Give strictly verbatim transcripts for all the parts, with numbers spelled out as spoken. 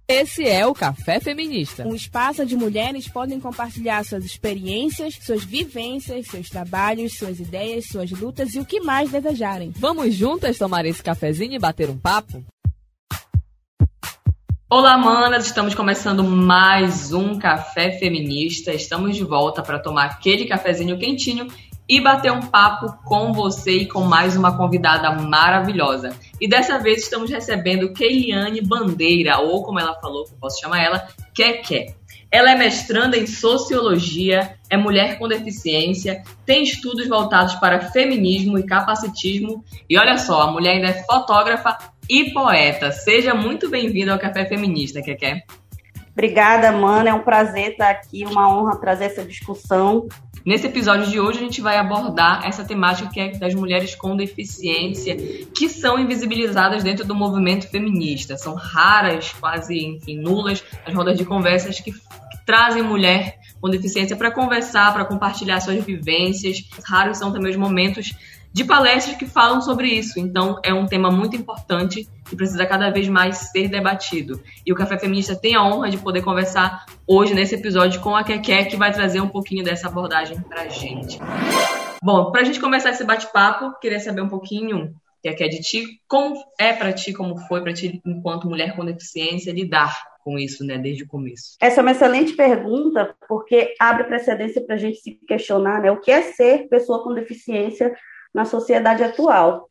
Esse é o Café Feminista, um espaço onde mulheres podem compartilhar suas experiências, suas vivências, seus trabalhos, suas ideias, suas lutas e o que mais desejarem. Vamos juntas tomar esse cafezinho e bater um papo? Olá, manas! Estamos começando mais um Café Feminista. Estamos de volta para tomar aquele cafezinho quentinho e bater um papo com você e com mais uma convidada maravilhosa. E dessa vez estamos recebendo Keiliane Bandeira, ou como ela falou, que eu posso chamar ela, Keké. Ela é mestranda em Sociologia, é mulher com deficiência, tem estudos voltados para feminismo e capacitismo. E olha só, a mulher ainda é fotógrafa e poeta. Seja muito bem-vinda ao Café Feminista, Keké. Obrigada, Mana. É um prazer estar aqui, uma honra trazer essa discussão. Nesse episódio de hoje, a gente vai abordar essa temática que é das mulheres com deficiência, que são invisibilizadas dentro do movimento feminista. São raras, quase, enfim, nulas, as rodas de conversas que, que trazem mulher com deficiência para conversar, para compartilhar suas vivências. Raros são também os momentos de palestras que falam sobre isso. Então, é um tema muito importante e precisa cada vez mais ser debatido. E o Café Feminista tem a honra de poder conversar hoje, nesse episódio, com a Keké, que vai trazer um pouquinho dessa abordagem pra gente. Bom, pra gente começar esse bate-papo, queria saber um pouquinho, Keké, de ti, como é pra ti, como foi pra ti, enquanto mulher com deficiência, lidar com isso, né, desde o começo? Essa é uma excelente pergunta, porque abre precedência pra gente se questionar, né, o que é ser pessoa com deficiência na sociedade atual.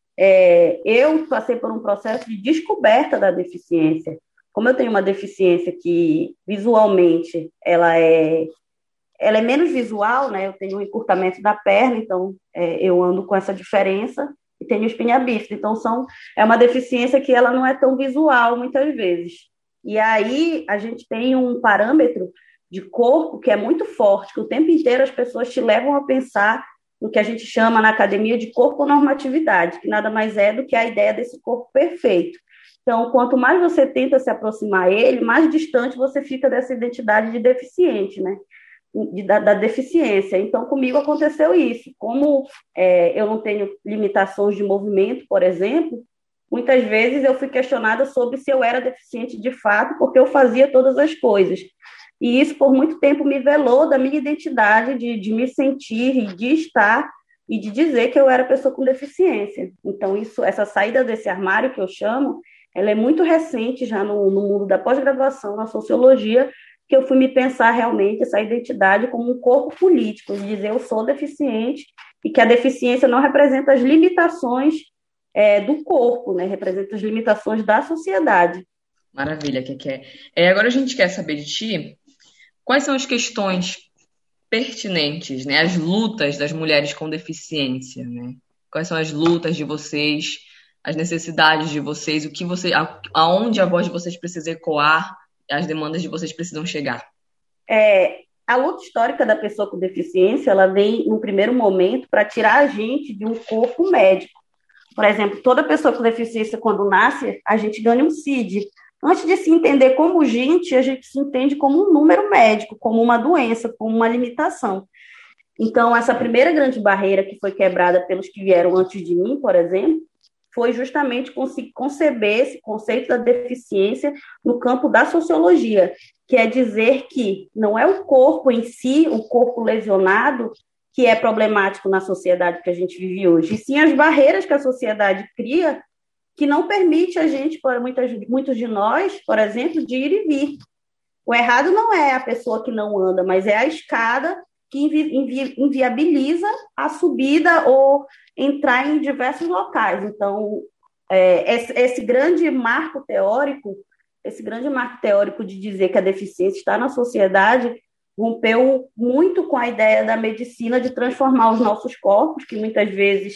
É, eu passei por um processo de descoberta da deficiência. Como eu tenho uma deficiência que visualmente ela é, ela é menos visual, né? Eu tenho um encurtamento da perna, então é, eu ando com essa diferença, e tenho espinha bífida. Então são, é uma deficiência que ela não é tão visual muitas vezes. E aí a gente tem um parâmetro de corpo que é muito forte, que o tempo inteiro as pessoas te levam a pensar no que a gente chama na academia de corpo-normatividade, que nada mais é do que a ideia desse corpo perfeito. Então, quanto mais você tenta se aproximar a ele, mais distante você fica dessa identidade de deficiente, né? De, da, da deficiência. Então, comigo aconteceu isso. Como é, eu não tenho limitações de movimento, por exemplo, muitas vezes eu fui questionada sobre se eu era deficiente de fato, porque eu fazia todas as coisas. E isso, por muito tempo, me velou da minha identidade de, de me sentir e de estar e de dizer que eu era pessoa com deficiência. Então, isso, essa saída desse armário, que eu chamo, ela é muito recente já no, no mundo da pós-graduação, na sociologia, que eu fui me pensar realmente essa identidade como um corpo político, de dizer eu sou deficiente e que a deficiência não representa as limitações é, do corpo, né? Representa as limitações da sociedade. Maravilha, Keké. É, agora a gente quer saber de ti quais são as questões pertinentes, né? As lutas das mulheres com deficiência, né? Quais são as lutas de vocês, as necessidades de vocês, o que você, a, aonde a voz de vocês precisa ecoar, as demandas de vocês precisam chegar? É, a luta histórica da pessoa com deficiência, ela vem, no primeiro momento, para tirar a gente de um corpo médico. Por exemplo, toda pessoa com deficiência, quando nasce, a gente ganha um C I D. Antes de se entender como gente, a gente se entende como um número médico, como uma doença, como uma limitação. Então, essa primeira grande barreira que foi quebrada pelos que vieram antes de mim, por exemplo, foi justamente conceber esse conceito da deficiência no campo da sociologia, que é dizer que não é o corpo em si, o corpo lesionado, que é problemático na sociedade que a gente vive hoje, e sim as barreiras que a sociedade cria, que não permite a gente, por muitas, muitos de nós, por exemplo, de ir e vir. O errado não é a pessoa que não anda, mas é a escada que invi, invi, inviabiliza a subida ou entrar em diversos locais. Então, é, esse, esse grande marco teórico, esse grande marco teórico de dizer que a deficiência está na sociedade, rompeu muito com a ideia da medicina de transformar os nossos corpos, que muitas vezes...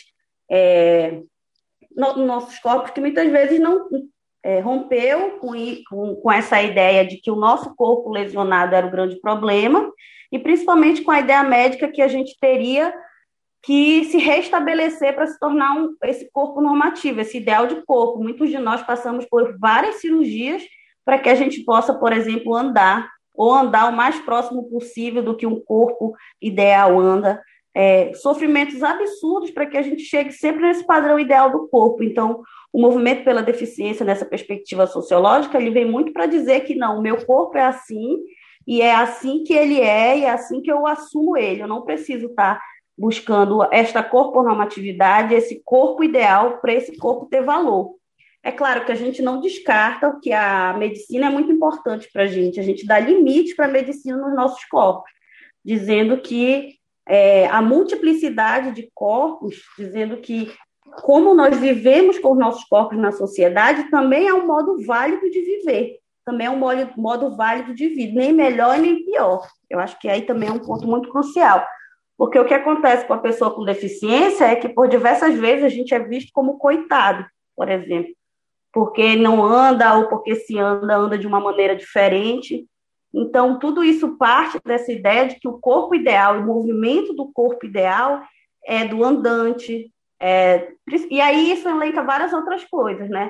É, no, nossos corpos, que muitas vezes não é, rompeu com, com, com essa ideia de que o nosso corpo lesionado era o grande problema, e principalmente com a ideia médica que a gente teria que se restabelecer para se tornar um, esse corpo normativo, esse ideal de corpo. Muitos de nós passamos por várias cirurgias para que a gente possa, por exemplo, andar, ou andar o mais próximo possível do que um corpo ideal anda. é, sofrimentos absurdos para que a gente chegue sempre nesse padrão ideal do corpo. Então, o movimento pela deficiência, nessa perspectiva sociológica, ele vem muito para dizer que não, o meu corpo é assim, e é assim que ele é, e é assim que eu assumo ele. Eu não preciso estar buscando esta corponormatividade, esse corpo ideal, para esse corpo ter valor. É claro que a gente não descarta que a medicina é muito importante para a gente, a gente dá limite para a medicina nos nossos corpos, dizendo que é, a multiplicidade de corpos, dizendo que como nós vivemos com os nossos corpos na sociedade também é um modo válido de viver, também é um modo, modo válido de vida, nem melhor nem pior. Eu acho que aí também é um ponto muito crucial, porque o que acontece com a pessoa com deficiência é que por diversas vezes a gente é visto como coitado, por exemplo, porque não anda ou porque se anda, anda de uma maneira diferente. Então, tudo isso parte dessa ideia de que o corpo ideal, o movimento do corpo ideal é do andante, é, e aí isso elenca várias outras coisas, né?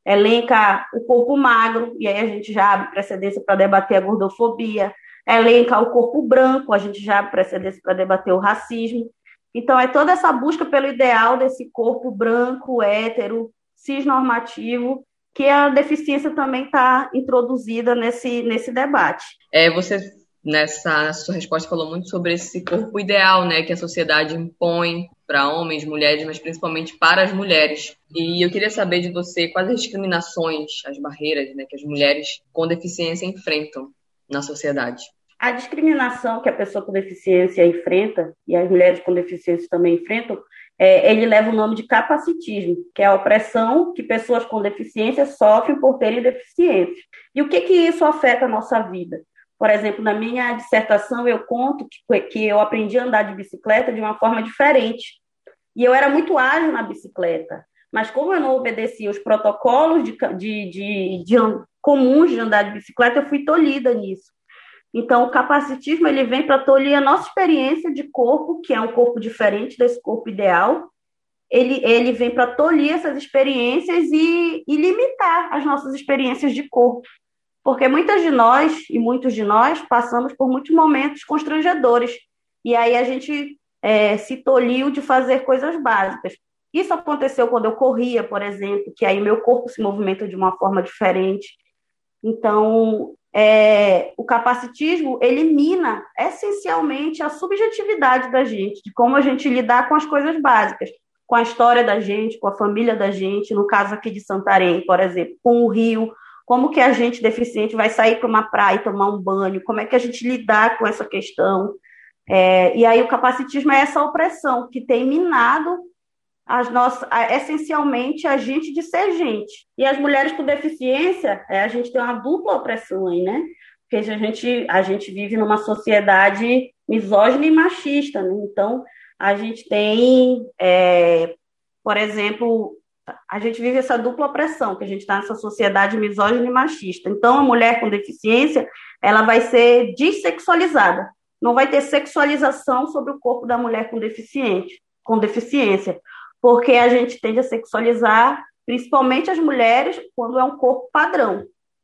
Elenca o corpo magro, e aí a gente já abre precedência para debater a gordofobia, elenca o corpo branco, a gente já abre precedência para debater o racismo. Então, é toda essa busca pelo ideal desse corpo branco, hétero, cisnormativo, que a deficiência também está introduzida nesse, nesse debate. É, você, nessa, nessa sua resposta, falou muito sobre esse corpo ideal, né, que a sociedade impõe para homens, mulheres, mas principalmente para as mulheres. E eu queria saber de você quais as discriminações, as barreiras, né, que as mulheres com deficiência enfrentam na sociedade. A discriminação que a pessoa com deficiência enfrenta, e as mulheres com deficiência também enfrentam, é, ele leva o nome de capacitismo, que é a opressão que pessoas com deficiência sofrem por terem deficiência. E o que, que isso afeta a nossa vida? Por exemplo, na minha dissertação eu conto que, que eu aprendi a andar de bicicleta de uma forma diferente. E eu era muito ágil na bicicleta, mas como eu não obedecia os protocolos de, de, de, de, comuns de andar de bicicleta, eu fui tolhida nisso. Então, o capacitismo ele vem para tolir a nossa experiência de corpo, que é um corpo diferente desse corpo ideal. Ele, ele vem para tolir essas experiências e, e limitar as nossas experiências de corpo. Porque muitas de nós, e muitos de nós, passamos por muitos momentos constrangedores. E aí a gente é, se tolhiu de fazer coisas básicas. Isso aconteceu quando eu corria, por exemplo, que aí meu corpo se movimenta de uma forma diferente. Então, é, o capacitismo elimina essencialmente a subjetividade da gente, de como a gente lidar com as coisas básicas, com a história da gente, com a família da gente, no caso aqui de Santarém, por exemplo, com o rio, como que a gente deficiente vai sair para uma praia e tomar um banho, como é que a gente lidar com essa questão. É, e aí o capacitismo é essa opressão que tem minado as nossas, essencialmente a gente de ser gente. E as mulheres com deficiência, é, a gente tem uma dupla opressão aí, né? Porque a gente, a gente vive numa sociedade misógina e machista, né? Então, a gente tem, é, por exemplo, a gente vive essa dupla opressão, que a gente está nessa sociedade misógina e machista. Então, a mulher com deficiência, ela vai ser dessexualizada. Não vai ter sexualização sobre o corpo da mulher com, deficiente, com deficiência, porque a gente tende a sexualizar principalmente as mulheres quando é um corpo padrão.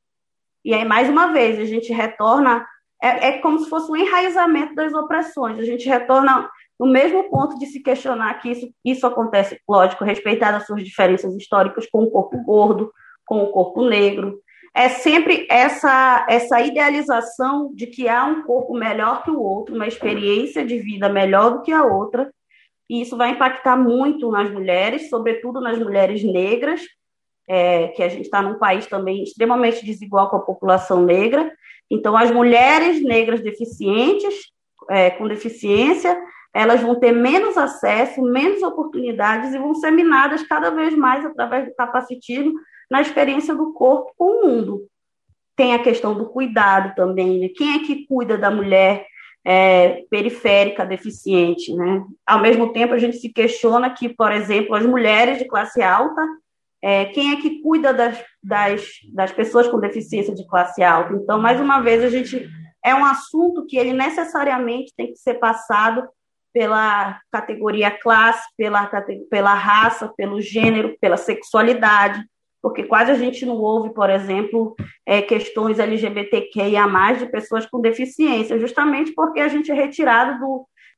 E aí, mais uma vez, a gente retorna... É, é como se fosse um enraizamento das opressões. A gente retorna no mesmo ponto de se questionar que isso, isso acontece, lógico, respeitado as suas diferenças históricas com o corpo gordo, com o corpo negro. É sempre essa, essa idealização de que há um corpo melhor que o outro, uma experiência de vida melhor do que a outra, e isso vai impactar muito nas mulheres, sobretudo nas mulheres negras, é, que a gente está num país também extremamente desigual com a população negra. Então, as mulheres negras deficientes, é, com deficiência, elas vão ter menos acesso, menos oportunidades e vão ser minadas cada vez mais através do capacitismo na experiência do corpo com o mundo. Tem a questão do cuidado também, né? Quem é que cuida da mulher É, periférica, deficiente, né? Ao mesmo tempo, a gente se questiona que, por exemplo, as mulheres de classe alta, é, quem é que cuida das, das, das pessoas com deficiência de classe alta? Então, mais uma vez, a gente é um assunto que ele necessariamente tem que ser passado pela categoria classe, pela, pela raça, pelo gênero, pela sexualidade, porque quase a gente não ouve, por exemplo, é, questões L G B T Q I A mais, de pessoas com deficiência, justamente porque a gente é retirado do,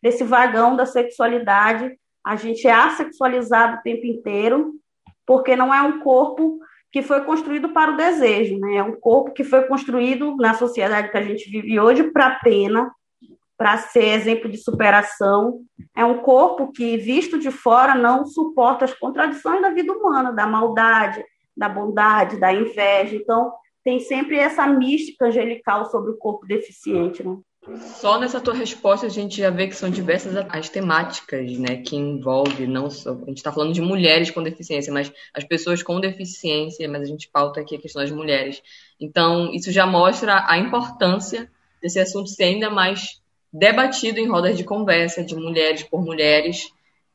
desse vagão da sexualidade. A gente é assexualizado o tempo inteiro, porque não é um corpo que foi construído para o desejo, né? É um corpo que foi construído na sociedade que a gente vive hoje para a pena, para ser exemplo de superação. É um corpo que, visto de fora, não suporta as contradições da vida humana, da maldade, da bondade, da inveja. Então, tem sempre essa mística angelical sobre o corpo deficiente, né? Só nessa tua resposta a gente já vê que são diversas as temáticas, né, que envolve não só... A gente está falando de mulheres com deficiência, mas as pessoas com deficiência, mas a gente pauta aqui a questão das mulheres. Então, isso já mostra a importância desse assunto ser ainda mais debatido em rodas de conversa, de mulheres por mulheres,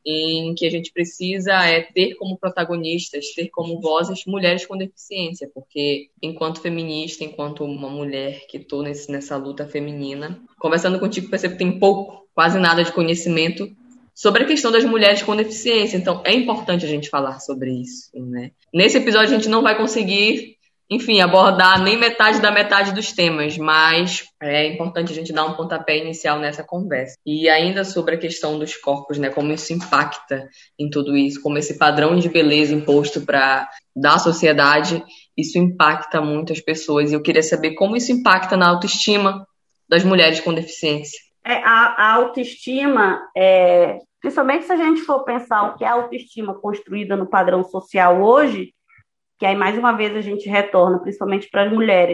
em que a gente precisa é ter como protagonistas, ter como vozes mulheres com deficiência, porque enquanto feminista, enquanto uma mulher que estou nessa luta feminina, conversando contigo percebo que tem pouco, quase nada de conhecimento sobre a questão das mulheres com deficiência, então é importante a gente falar sobre isso, né? Nesse episódio a gente não vai conseguir, enfim, abordar nem metade da metade dos temas, mas é importante a gente dar um pontapé inicial nessa conversa. E ainda sobre a questão dos corpos, né, como isso impacta em tudo isso, como esse padrão de beleza imposto para da sociedade, isso impacta muito as pessoas. E eu queria saber como isso impacta na autoestima das mulheres com deficiência. É, a, a autoestima, é, principalmente se a gente for pensar o que é a autoestima construída no padrão social hoje, que aí, mais uma vez, a gente retorna, principalmente para as mulheres,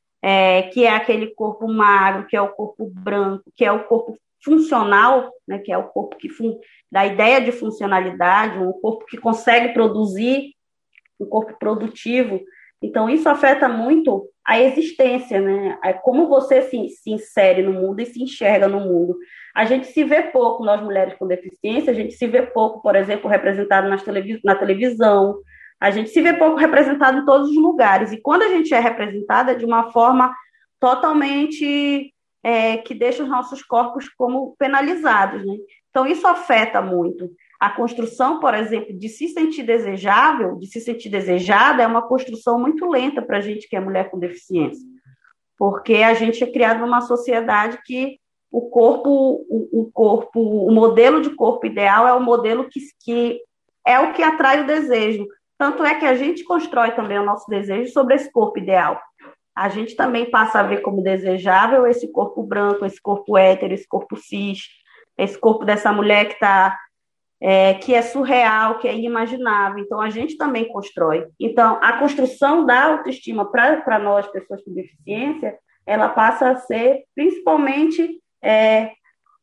é, que é aquele corpo magro, que é o corpo branco, que é o corpo funcional, né, que é o corpo que fun... da ideia de funcionalidade, um corpo que consegue produzir, um corpo produtivo. Então, isso afeta muito a existência, né? Como você se, se insere no mundo e se enxerga no mundo. A gente se vê pouco, nós mulheres com deficiência, a gente se vê pouco, por exemplo, representado nas televis... na televisão. A gente se vê pouco representado em todos os lugares. E quando a gente é representada de uma forma totalmente é, que deixa os nossos corpos como penalizados, né? Então, isso afeta muito. A construção, por exemplo, de se sentir desejável, de se sentir desejada, é uma construção muito lenta para a gente que é mulher com deficiência. Porque a gente é criado numa sociedade que o corpo, o, o corpo, o modelo de corpo ideal é o modelo que, que é o que atrai o desejo. Tanto é que a gente constrói também o nosso desejo sobre esse corpo ideal. A gente também passa a ver como desejável esse corpo branco, esse corpo hétero, esse corpo cis, esse corpo dessa mulher que, tá, é, que é surreal, que é inimaginável. Então, a gente também constrói. Então, a construção da autoestima para nós, pessoas com deficiência, ela passa a ser, principalmente, é,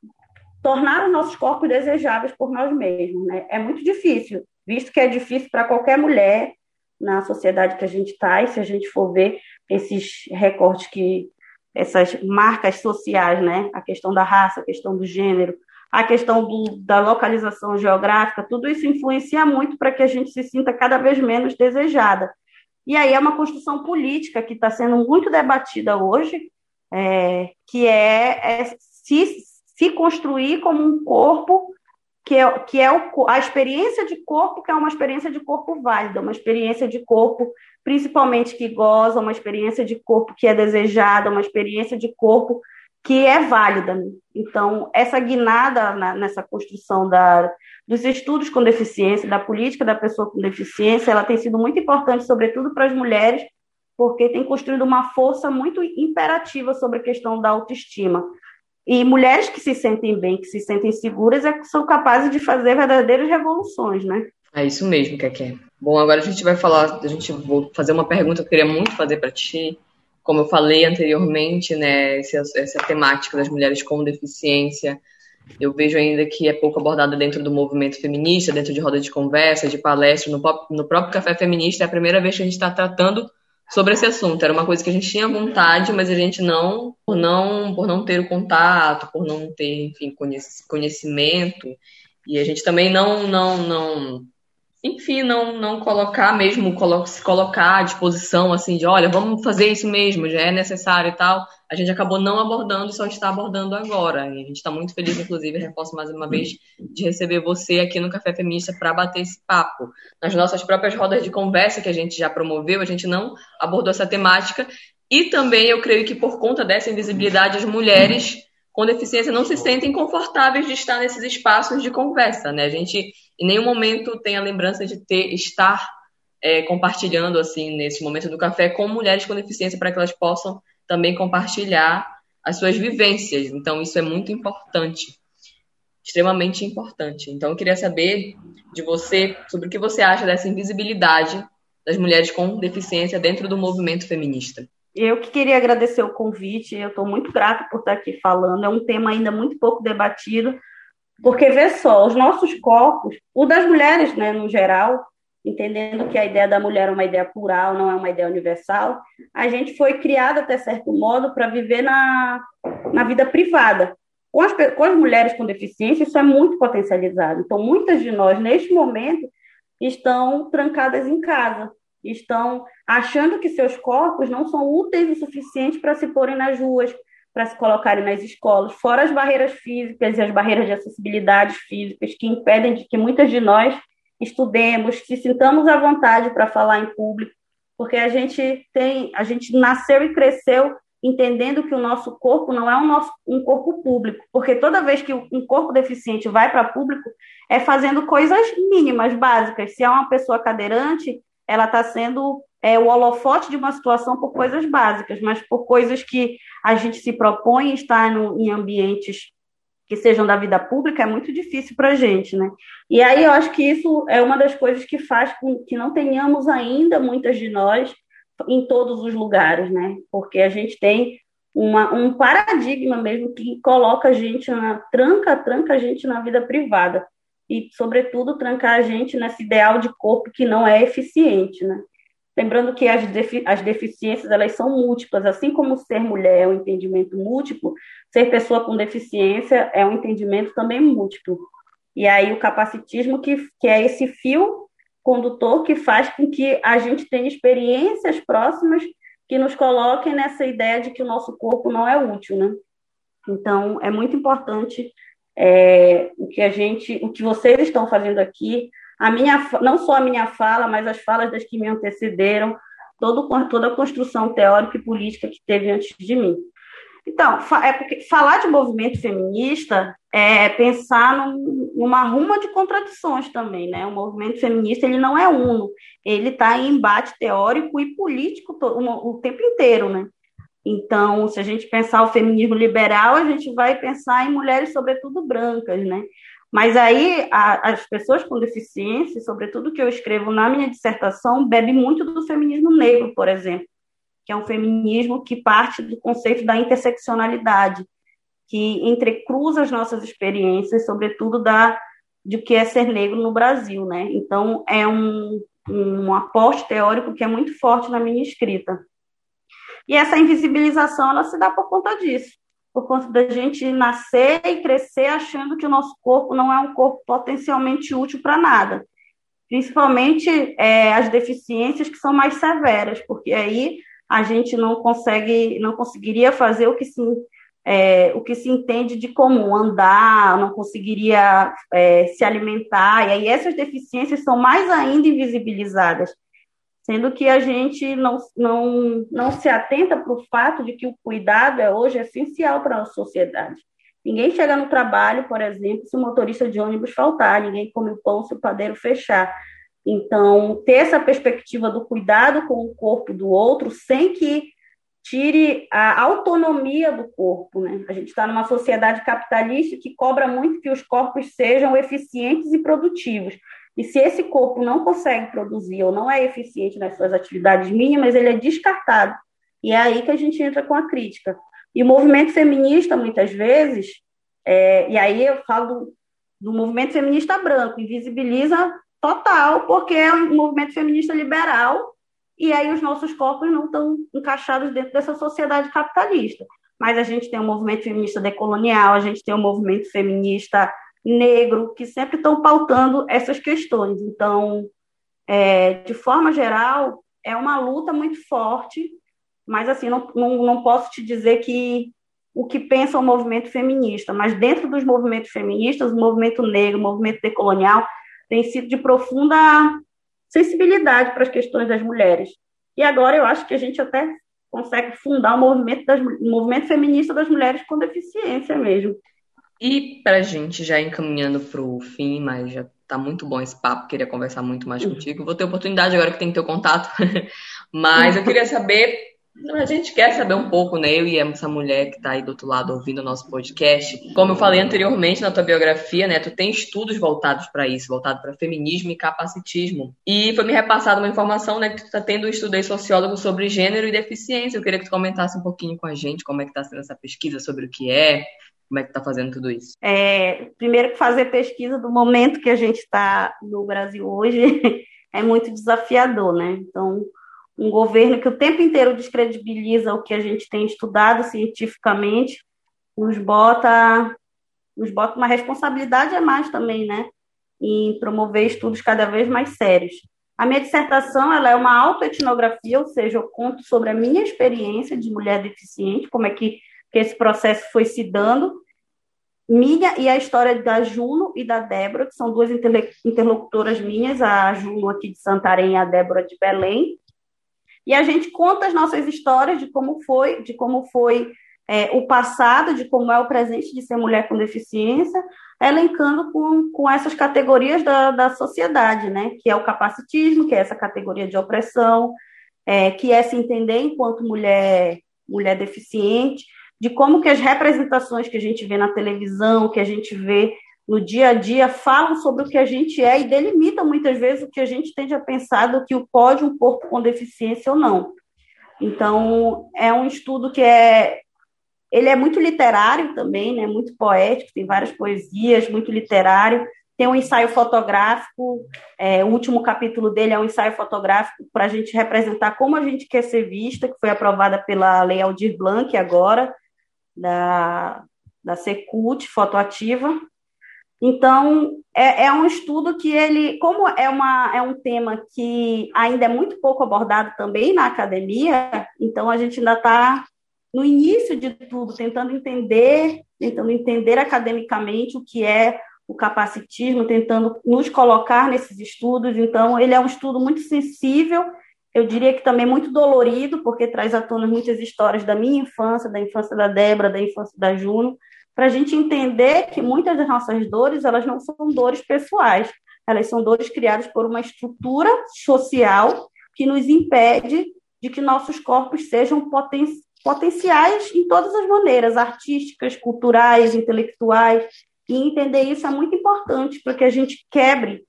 tornar os nossos corpos desejáveis por nós mesmos, né? É muito difícil, visto que é difícil para qualquer mulher na sociedade que a gente está, e se a gente for ver esses recortes, que, essas marcas sociais, né? A questão da raça, a questão do gênero, a questão do, da localização geográfica, tudo isso influencia muito para que a gente se sinta cada vez menos desejada. E aí é uma construção política que está sendo muito debatida hoje, é, que é, é se, se construir como um corpo que é, que é o, a experiência de corpo, que é uma experiência de corpo válida, uma experiência de corpo principalmente que goza, uma experiência de corpo que é desejada, uma experiência de corpo que é válida, né? Então, essa guinada na, nessa construção da, dos estudos com deficiência, da política da pessoa com deficiência, ela tem sido muito importante, sobretudo para as mulheres, porque tem construído uma força muito imperativa sobre a questão da autoestima. E mulheres que se sentem bem, que se sentem seguras, é que são capazes de fazer verdadeiras revoluções, né? É isso mesmo, Keké. Bom, agora a gente vai falar, a gente vou fazer uma pergunta que eu queria muito fazer para ti. Como eu falei anteriormente, né, essa, essa temática das mulheres com deficiência, eu vejo ainda que é pouco abordada dentro do movimento feminista, dentro de roda de conversa, de palestra, no, no próprio Café Feminista. É a primeira vez que a gente está tratando sobre esse assunto. Era uma coisa que a gente tinha vontade, mas a gente não, por não, por não ter o contato, por não ter, enfim, conhecimento, e a gente também não, não, não enfim, não, não colocar mesmo, se colocar à disposição, assim, de, olha, vamos fazer isso mesmo, já é necessário e tal. A gente acabou não abordando, só está abordando agora. E a gente está muito feliz, inclusive, reforço mais uma vez, de receber você aqui no Café Feminista para bater esse papo. Nas nossas próprias rodas de conversa que a gente já promoveu, a gente não abordou essa temática. E também eu creio que por conta dessa invisibilidade, as mulheres com deficiência não se sentem confortáveis de estar nesses espaços de conversa, né? A gente em nenhum momento tem a lembrança de ter, estar é, compartilhando, assim, nesse momento do café com mulheres com deficiência para que elas possam também compartilhar as suas vivências. Então, isso é muito importante, extremamente importante. Então, eu queria saber de você sobre o que você acha dessa invisibilidade das mulheres com deficiência dentro do movimento feminista. Eu que queria agradecer o convite, eu estou muito grata por estar aqui falando, é um tema ainda muito pouco debatido, porque, vê só, os nossos corpos, o das mulheres, né, no geral, entendendo que a ideia da mulher é uma ideia plural, não é uma ideia universal, a gente foi criada, até certo modo, para viver na, na vida privada. Com as, com as mulheres com deficiência, isso é muito potencializado. Então, muitas de nós, neste momento, estão trancadas em casa, estão achando que seus corpos não são úteis o suficiente para se porem nas ruas, para se colocarem nas escolas, fora as barreiras físicas e as barreiras de acessibilidade físicas que impedem de que muitas de nós estudemos, que sintamos à vontade para falar em público, porque a gente tem, a gente nasceu e cresceu entendendo que o nosso corpo não é um, nosso, um corpo público, porque toda vez que um corpo deficiente vai para público, é fazendo coisas mínimas, básicas. Se é uma pessoa cadeirante, ela está sendo é, o holofote de uma situação por coisas básicas, mas por coisas que a gente se propõe estar no, em ambientes que sejam da vida pública, é muito difícil para a gente, né? E aí eu acho que isso é uma das coisas que faz com que não tenhamos ainda, muitas de nós, em todos os lugares, né? Porque a gente tem uma, um paradigma mesmo que coloca a gente, na, tranca, tranca a gente na vida privada e, sobretudo, trancar a gente nesse ideal de corpo que não é eficiente, né? Lembrando que as, defi- as deficiências, elas são múltiplas, assim como ser mulher é um entendimento múltiplo, ser pessoa com deficiência é um entendimento também múltiplo. E aí o capacitismo, que, que é esse fio condutor que faz com que a gente tenha experiências próximas que nos coloquem nessa ideia de que o nosso corpo não é útil, né? Então, é muito importante é, o que a gente, o que vocês estão fazendo aqui, a minha, não só a minha fala, mas as falas das que me antecederam, todo, toda a construção teórica e política que teve antes de mim. Então, é porque falar de movimento feminista é pensar num, numa ruma de contradições também, né? O movimento feminista, ele não é uno, ele está em embate teórico e político todo, o tempo inteiro, né? Então, se a gente pensar o feminismo liberal, a gente vai pensar em mulheres, sobretudo, brancas, né? Mas aí a, as pessoas com deficiência, sobretudo que eu escrevo na minha dissertação, bebe muito do feminismo negro, por exemplo, que é um feminismo que parte do conceito da interseccionalidade, que entrecruza as nossas experiências, sobretudo da, de o que é ser negro no Brasil, né? Então, é um, um aporte teórico que é muito forte na minha escrita. E essa invisibilização, ela se dá por conta disso, por conta da gente nascer e crescer achando que o nosso corpo não é um corpo potencialmente útil para nada. Principalmente é, as deficiências que são mais severas, porque aí a gente não consegue, não conseguiria fazer o que se, é, o que se entende de comum, andar, não conseguiria é, se alimentar, e aí essas deficiências são mais ainda invisibilizadas, sendo que a gente não, não, não se atenta para o fato de que o cuidado é hoje essencial para a sociedade. Ninguém chega no trabalho, por exemplo, se o motorista de ônibus faltar, ninguém come o pão se o padeiro fechar. Então, ter essa perspectiva do cuidado com o corpo do outro sem que tire a autonomia do corpo, né? A gente está numa sociedade capitalista que cobra muito que os corpos sejam eficientes e produtivos. E se esse corpo não consegue produzir ou não é eficiente nas suas atividades mínimas, ele é descartado. E é aí que a gente entra com a crítica. E o movimento feminista, muitas vezes, é, e aí eu falo do, do movimento feminista branco, invisibiliza total, porque é um movimento feminista liberal, e aí os nossos corpos não estão encaixados dentro dessa sociedade capitalista. Mas a gente tem um movimento feminista decolonial, a gente tem um movimento feminista negro, que sempre estão pautando essas questões. Então, é, de forma geral, é uma luta muito forte, mas assim, não, não, não posso te dizer que o que pensa o movimento feminista, mas dentro dos movimentos feministas, o movimento negro, o movimento decolonial, tem sido de profunda sensibilidade para as questões das mulheres. E agora eu acho que a gente até consegue fundar o movimento, das, o movimento feminista das mulheres com deficiência mesmo. E para a gente já encaminhando para o fim, mas já tá muito bom esse papo, queria conversar muito mais contigo. Vou ter oportunidade agora que tem teu contato, mas eu queria saber, a gente quer saber um pouco, né? Eu e essa mulher que está aí do outro lado ouvindo o nosso podcast. Como eu falei anteriormente na tua biografia, né? Tu tem estudos voltados para isso, voltado para feminismo e capacitismo. E foi me repassada uma informação, né? Que tu está tendo um estudo aí sociólogo sobre gênero e deficiência. Eu queria que tu comentasse um pouquinho com a gente como é que está sendo essa pesquisa, sobre o que é, como é que está fazendo tudo isso? É, primeiro que fazer pesquisa do momento que a gente está no Brasil hoje é muito desafiador, né? Então, um governo que o tempo inteiro descredibiliza o que a gente tem estudado cientificamente, nos bota, nos bota uma responsabilidade a mais também, né? Em promover estudos cada vez mais sérios. A minha dissertação, ela é uma autoetnografia, ou seja, eu conto sobre a minha experiência de mulher deficiente, como é que que esse processo foi se dando, minha e a história da Juno e da Débora, que são duas interlocutoras minhas, a Juno aqui de Santarém e a Débora de Belém, e a gente conta as nossas histórias de como foi, de como foi é, o passado, de como é o presente de ser mulher com deficiência, elencando com, com essas categorias da, da sociedade, né? Que é o capacitismo, que é essa categoria de opressão, é, que é se entender enquanto mulher, mulher deficiente, de como que as representações que a gente vê na televisão, que a gente vê no dia a dia, falam sobre o que a gente é e delimitam muitas vezes o que a gente tende a pensar do que o pode um corpo com deficiência ou não. Então, é um estudo que é, ele é muito literário também, né? Muito poético, tem várias poesias, muito literário. Tem um ensaio fotográfico, é, o último capítulo dele é um ensaio fotográfico para a gente representar como a gente quer ser vista, que foi aprovada pela Lei Aldir Blanc agora, da, da Secult, Fotoativa. Então, é, é um estudo que ele, como é, uma, é um tema que ainda é muito pouco abordado também na academia, então a gente ainda está no início de tudo, tentando entender, tentando entender academicamente o que é o capacitismo, tentando nos colocar nesses estudos. Então, ele é um estudo muito sensível, eu diria que também muito dolorido, porque traz à tona muitas histórias da minha infância, da infância da Débora, da infância da Juno, para a gente entender que muitas das nossas dores, elas não são dores pessoais, elas são dores criadas por uma estrutura social que nos impede de que nossos corpos sejam poten- potenciais em todas as maneiras, artísticas, culturais, intelectuais, e entender isso é muito importante para que a gente quebre,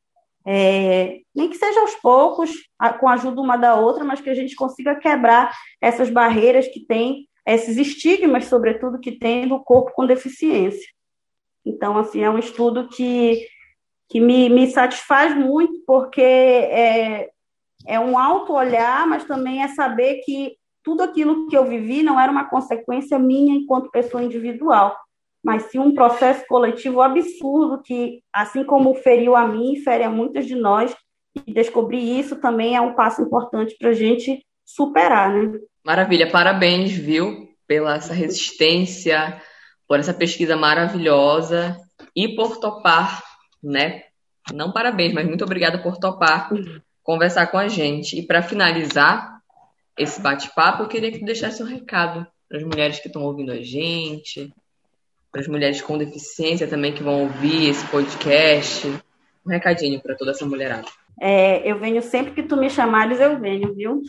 É, nem que seja aos poucos, a, com a ajuda uma da outra, mas que a gente consiga quebrar essas barreiras que tem, esses estigmas, sobretudo, que tem do corpo com deficiência. Então, assim, é um estudo que, que me, me satisfaz muito, porque é, é um auto-olhar, mas também é saber que tudo aquilo que eu vivi não era uma consequência minha enquanto pessoa individual, mas sim um processo coletivo absurdo que, assim como feriu a mim, fere a muitas de nós, e descobrir isso também é um passo importante para a gente superar, né? Maravilha, parabéns, viu, pela essa resistência, por essa pesquisa maravilhosa e por topar, né? Não parabéns, mas muito obrigada por topar conversar com a gente. E para finalizar esse bate-papo, eu queria que tu deixasse um recado para as mulheres que estão ouvindo a gente, para as mulheres com deficiência também que vão ouvir esse podcast. Um recadinho para toda essa mulherada. É, eu venho sempre que tu me chamares, eu venho, viu?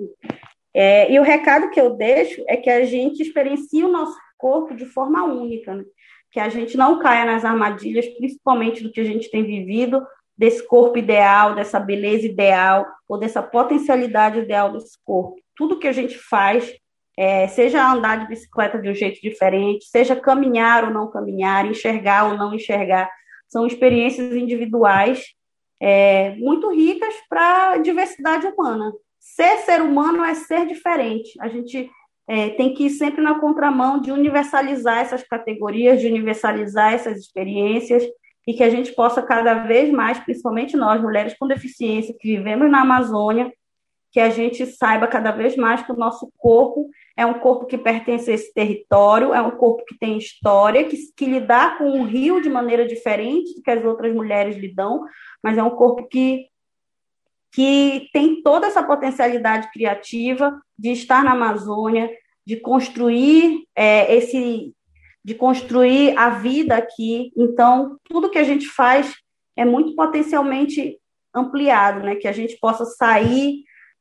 É, e o recado que eu deixo é que a gente experiencie o nosso corpo de forma única, né? Que a gente não caia nas armadilhas, principalmente do que a gente tem vivido, desse corpo ideal, dessa beleza ideal, ou dessa potencialidade ideal desse corpo. Tudo que a gente faz, É, seja andar de bicicleta de um jeito diferente, seja caminhar ou não caminhar, enxergar ou não enxergar, são experiências individuais é, muito ricas para a diversidade humana. Ser ser humano é ser diferente. A gente é, tem que ir sempre na contramão de universalizar essas categorias, de universalizar essas experiências, e que a gente possa cada vez mais, principalmente nós, mulheres com deficiência, que vivemos na Amazônia, que a gente saiba cada vez mais que o nosso corpo é um corpo que pertence a esse território, é um corpo que tem história, que, que lidar com o rio de maneira diferente do que as outras mulheres lidam, mas é um corpo que que tem toda essa potencialidade criativa de estar na Amazônia, de construir é, esse, de construir a vida aqui. Então, tudo que a gente faz é muito potencialmente ampliado, né? Que a gente possa sair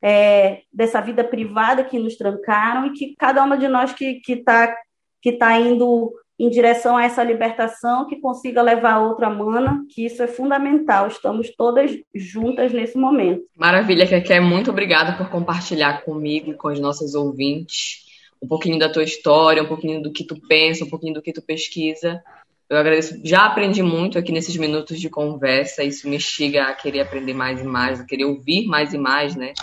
é, dessa vida privada que nos trancaram e que cada uma de nós que está que tá indo em direção a essa libertação, que consiga levar outra mana, que isso é fundamental. Estamos todas juntas nesse momento. Maravilha, Keké. Muito obrigada por compartilhar comigo e com os nossos ouvintes um pouquinho da tua história, um pouquinho do que tu pensa, um pouquinho do que tu pesquisa. Eu agradeço. Já aprendi muito aqui nesses minutos de conversa. Isso me instiga a querer aprender mais e mais, a querer ouvir mais e mais, né?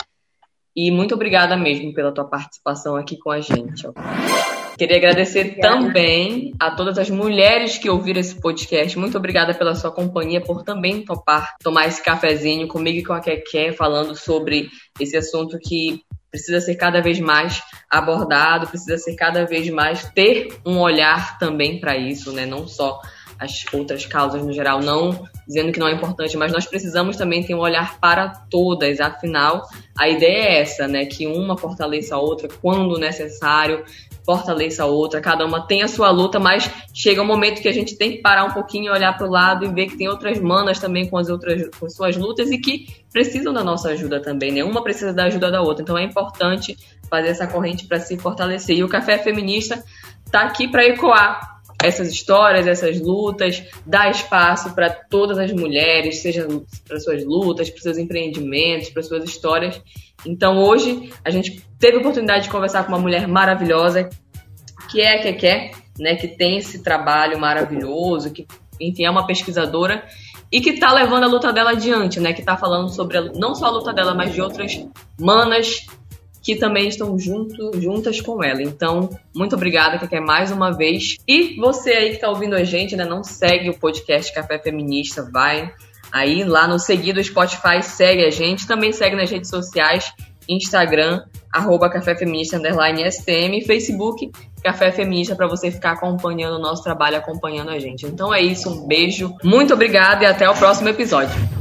E muito obrigada mesmo pela tua participação aqui com a gente. Ó. Queria agradecer obrigada. Também a todas as mulheres que ouviram esse podcast. Muito obrigada pela sua companhia, por também topar tomar esse cafezinho comigo e com a Keké, falando sobre esse assunto que precisa ser cada vez mais abordado, precisa ser cada vez mais ter um olhar também para isso, né? Não só as outras causas no geral, não dizendo que não é importante, mas nós precisamos também ter um olhar para todas. Afinal, a ideia é essa, né? Que uma fortaleça a outra quando necessário, fortaleça a outra, cada uma tem a sua luta, mas chega um momento que a gente tem que parar um pouquinho, olhar para o lado e ver que tem outras manas também com as outras com suas lutas e que precisam da nossa ajuda também, né? Uma precisa da ajuda da outra, então é importante fazer essa corrente para se fortalecer. E o Café Feminista está aqui para ecoar essas histórias, essas lutas, dar espaço para todas as mulheres, seja para suas lutas, para seus empreendimentos, para suas histórias. Então hoje a gente teve a oportunidade de conversar com uma mulher maravilhosa, que é a Keké, né, que tem esse trabalho maravilhoso, que, enfim, é uma pesquisadora e que está levando a luta dela adiante, né, que está falando sobre a, não só a luta dela, mas de outras manas que também estão junto, juntas com ela. Então, muito obrigada, Keké, mais uma vez. E você aí que está ouvindo a gente, né, não segue o podcast Café Feminista, vai aí lá no seguir do Spotify, segue a gente. Também segue nas redes sociais, Instagram, arroba Café Feminista, underline S T M, Facebook, Café Feminista, para você ficar acompanhando o nosso trabalho, acompanhando a gente. Então é isso, um beijo, muito obrigada e até o próximo episódio.